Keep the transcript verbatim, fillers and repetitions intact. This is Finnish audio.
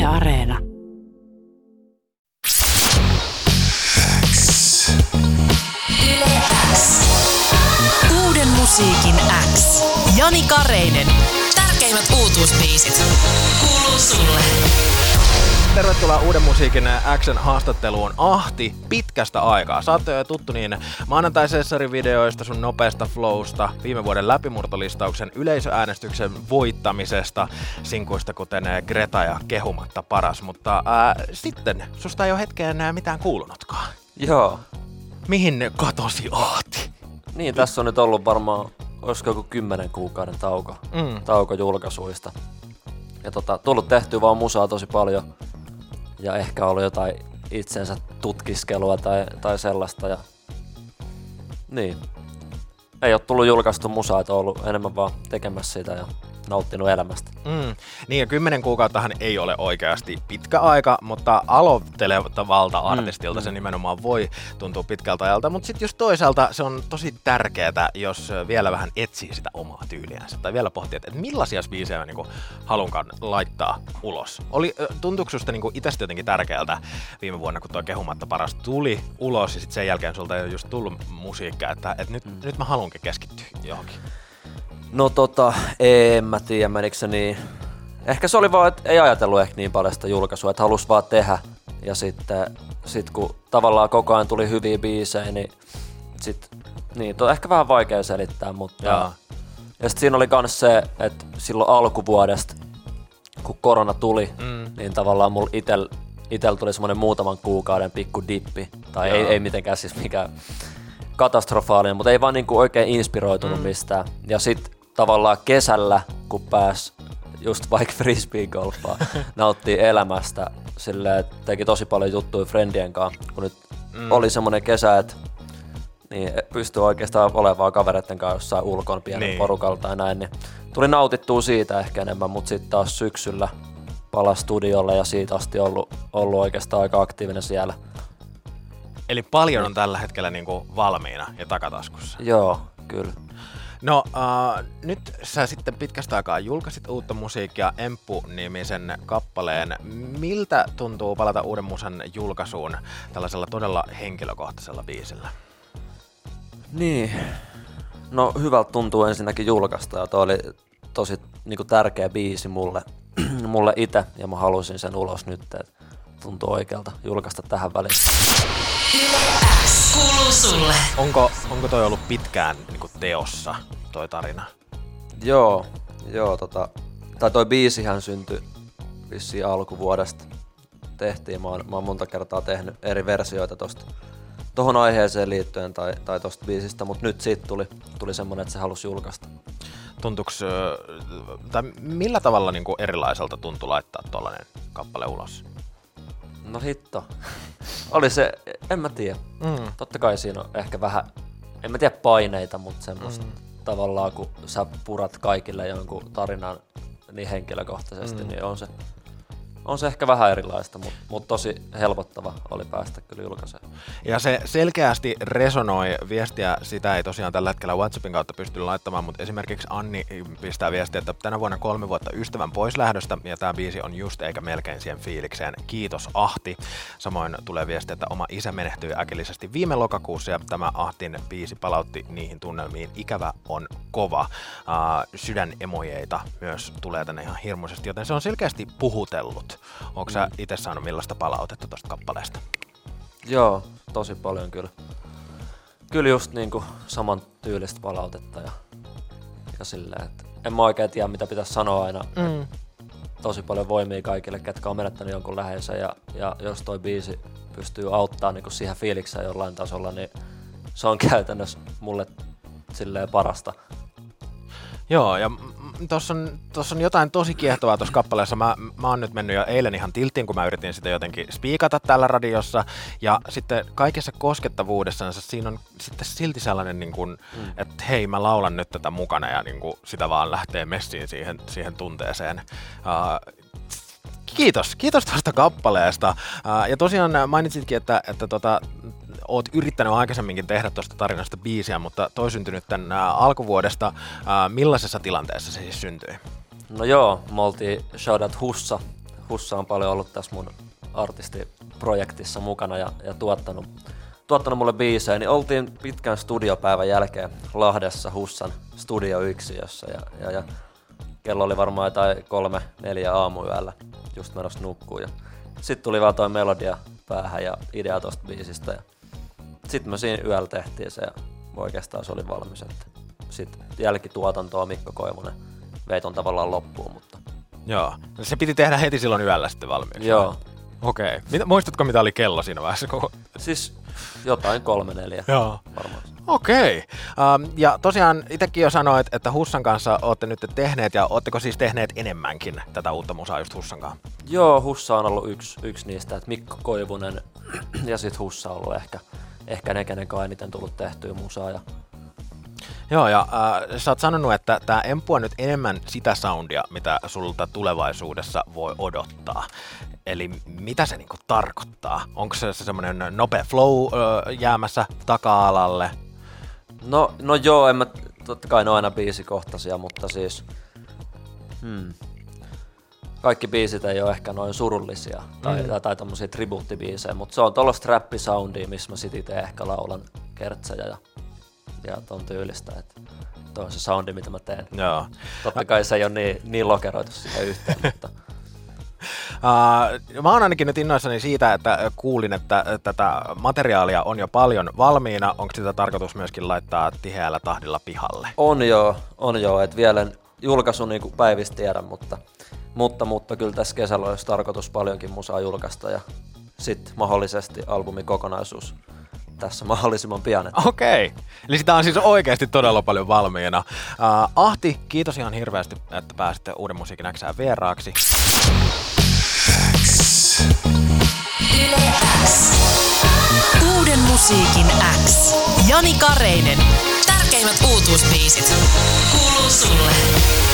Areena. Yle X. Uuden musiikin X. Jani Kareinen. Tärkeimmät uutuusbiisit. Kuuluu sulle. Tervetuloa Uuden musiikin X:n haastatteluun. Ahti, pitkästä aikaa. Sä oot tuttu niin maanantai-sessarivideoista, sun nopeasta flowsta, viime vuoden läpimurtolistauksen yleisöäänestyksen voittamisesta, sinkuista kuten Greta ja Kehumatta paras, mutta ää, sitten susta ei ole hetkeen mitään kuulunutkaan. Joo. Mihin katosi Ahti? Niin, tässä on nyt ollut varmaan, olisiko joku kymmenen kuukauden tauko, Mm. tauko julkaisuista. Ja tota, tullut tehtyä vaan musaa tosi paljon. Ja ehkä ollut jotain itsensä tutkiskelua tai, tai sellaista. Ja... Niin. Ei ole tullut julkaistu musaa, että on ollut enemmän vaan tekemässä sitä ja nauttinut elämästä. Mm. Niin ja kymmenen kuukauttahan ei ole oikeasti pitkä aika, mutta aloittelevalta artistilta mm. se nimenomaan voi tuntua pitkältä ajalta, mutta sitten just toisaalta se on tosi tärkeää, jos vielä vähän etsii sitä omaa tyyliänsä tai vielä pohtii, että millaisia biisejä mä niinku halunkaan laittaa ulos. Oli, tuntuuko susta niinku itsestä jotenkin tärkeältä viime vuonna, kun tuo Kehumatta paras tuli ulos ja sitten sen jälkeen sulta ei ole just tullut musiikkia, että, että nyt, mm. nyt mä haluankin keskittyä johonkin? No tota, en mä tiedä, menikö se niin. Ehkä se oli vaan, että ei ajatellut ehkä niin paljon sitä julkaisua, että halusi vaan tehdä. Ja sitten sit kun tavallaan koko ajan tuli hyviä biisejä, niin sit, niin, on ehkä vähän vaikea selittää, mutta... Jaa. Ja sitten siinä oli myös se, että silloin alkuvuodesta, kun korona tuli, Mm. niin tavallaan mulla itel, itel tuli semmoinen muutaman kuukauden pikku dippi. Tai ei, ei mitenkään siis mikään katastrofaalinen, mutta ei vaan niinku oikein inspiroitunut mm. mistään. Ja sit tavallaan kesällä, kun pääs just vaikka frisbee-golfaan, nauttii elämästä silleen, että teki tosi paljon juttuja friendien kanssa, kun nyt mm. oli semmoinen kesä, että niin pystyi oikeastaan olemaan kavereiden kanssa jossain ulkona pienen niin. porukalta ja näin, niin tuli nautittua siitä ehkä enemmän, mutta sitten taas syksyllä palasi studiolle ja siitä asti ollut, ollut oikeastaan aika aktiivinen siellä. Eli paljon on tällä hetkellä niinku valmiina ja takataskussa. Joo, kyllä. No uh, nyt sä sitten pitkästä aikaa julkaisit uutta musiikkia, Emppu-nimisen kappaleen. Miltä tuntuu palata uuden musan julkaisuun tällaisella todella henkilökohtaisella biisillä? Niin, no hyvältä tuntuu ensinnäkin julkaista ja toi oli tosi niinku tärkeä biisi mulle, mulle itse ja mä halusin sen ulos nyt, että tuntuu oikealta julkaista tähän väliin. Yle X. Kuuluu sulle. Onko, onko toi ollut pitkään niinku teossa, toi tarina? Joo, joo tota, tai toi biisihän syntyi vissiin alkuvuodesta. Tehtiin, mä oon, mä oon monta kertaa tehnyt eri versioita tosta tohon aiheeseen liittyen tai, tai tosta biisistä, mut nyt siitä tuli, tuli semmonen, että se halusi julkaista. Tuntuuks, tai millä tavalla niinku erilaiselta tuntui laittaa tollanen kappale ulos? No hitto. Oli se, en mä tiedä. Mm. Totta kai siinä on ehkä vähän, en mä tiedä paineita, mutta semmoista Mm. tavallaan kun sä purat kaikille jonkun tarinan niin henkilökohtaisesti, Mm. niin on se, on se ehkä vähän erilaista, mutta mut tosi helpottava oli päästä kyllä julkaisemaan. Ja se selkeästi resonoi viestiä, sitä ei tosiaan tällä hetkellä WhatsAppin kautta pysty laittamaan, mutta esimerkiksi Anni pistää viestiä, että tänä vuonna kolme vuotta ystävän poislähdöstä ja tämä biisi on just eikä melkein siihen fiilikseen. Kiitos Ahti. Samoin tulee viestiä, että oma isä menehtyi äkillisesti viime lokakuussa ja tämä Ahtin biisi palautti niihin tunnelmiin. Ikävä on kova. Uh, sydänemojeita myös tulee tänne ihan hirmuisesti, joten se on selkeästi puhutellut. Onko sä itse saanut millaista palautetta tosta kappaleesta? Joo, tosi paljon kyllä. Kyllä just niinku saman tyylistä palautetta ja, ja silleen, että en mä oikein tiedä mitä pitäisi sanoa aina. Mm. Tosi paljon voimia kaikille, ketkä on menettänyt jonkun läheisen ja, ja jos toi biisi pystyy auttamaan niinku siihen fiilikseen jollain tasolla, niin se on käytännössä mulle silleen parasta. Joo, ja tuossa on, tossa on jotain tosi kiehtovaa tuossa kappaleessa. Mä, mä oon nyt mennyt jo eilen ihan tilttiin, kun mä yritin sitä jotenkin spiikata täällä radiossa. Ja sitten kaikessa koskettavuudessansa siinä on sitten silti sellainen, niin kun, mm. että hei, mä laulan nyt tätä mukana ja niin kun sitä vaan lähtee messiin siihen, siihen tunteeseen. Uh, Kiitos, kiitos tuosta kappaleesta. Uh, ja tosiaan mainitsitkin, että, että tota, oot yrittänyt aikaisemminkin tehdä tuosta tarinasta biisiä, mutta toi syntyi nyt tämän uh, alkuvuodesta. Uh, millaisessa tilanteessa se siis syntyi? No joo, me oltiin Shoutout Hussa, Hussa on paljon ollut tässä mun artistiprojektissa mukana ja, ja tuottanut, tuottanut mulle biisejä, niin oltiin pitkän studiopäivän jälkeen Lahdessa Hussan studioyksiössä ja, ja, ja kello oli varmaan jotain kolme, neljä aamuyöllä just menossa nukkuun. Sitten tuli vaan toi melodia päähän ja idea tosta biisistä. Sitten me siinä yöllä tehtiin se ja oikeastaan se oli valmis. Sitten jälkituotantoa Mikko Koivunen vei ton tavallaan loppuun. Mutta... Joo, se piti tehdä heti silloin yöllä sitten valmiiksi. Joo. Okei. Okay. Muistatko mitä oli kello siinä vaiheessa? Siis jotain kolme neljä Joo. varmaan. Okei. Okay. Um, ja tosiaan itsekin jo sanoit, että Hussan kanssa olette nyt tehneet, ja ootteko siis tehneet enemmänkin tätä uutta musaa just Hussan kanssa? Joo, Hussa on ollut yksi, yksi niistä, että Mikko Koivunen ja sit Hussa on ollut ehkä, ehkä ne, kenen kanssa eniten tullut tehtyä musaa. Ja... Joo, ja äh, sä oot sanonut, että tää Empu on nyt enemmän sitä soundia, mitä sulta tulevaisuudessa voi odottaa. Eli mitä se niinku tarkoittaa? Onko se semmoinen nopea flow äh, jäämässä taka-alalle? No, no joo, en mä, totta kai ne on aina biisikohtaisia, mutta siis hmm, kaikki biisit ei ole ehkä noin surullisia tai, mm. tai, tai tommosia tribuuttibiisejä, mutta se on tollaista räppisoundia, missä mä sit ite ehkä laulan kertsejä ja, ja ton tyylistä, että toi on se soundi, mitä mä teen. Joo. Totta kai se ei ole niin, niin lokeroitu siihen yhteen, mutta... Uh, mä oon ainakin nyt innoissani siitä, että kuulin, että tätä materiaalia on jo paljon valmiina. Onko sitä tarkoitus myöskin laittaa tiheällä tahdilla pihalle? On joo, on joo, että vielä en julkaisu niin kuin päivistä tiedä, mutta, mutta, mutta kyllä tässä kesällä olisi tarkoitus paljonkin musaa julkaista ja sitten mahdollisesti albumin kokonaisuus tässä mahdollisimman pian. Okei, okay. Eli sitä on siis oikeasti todella paljon valmiina. Uh, Ahti, kiitos ihan hirveästi, että pääsitte Uuden musiikin X:ään vieraaksi. Yle X. Uuden musiikin X. Jani Kareinen. Tärkeimmät uutuusbiisit kuuluu sulle.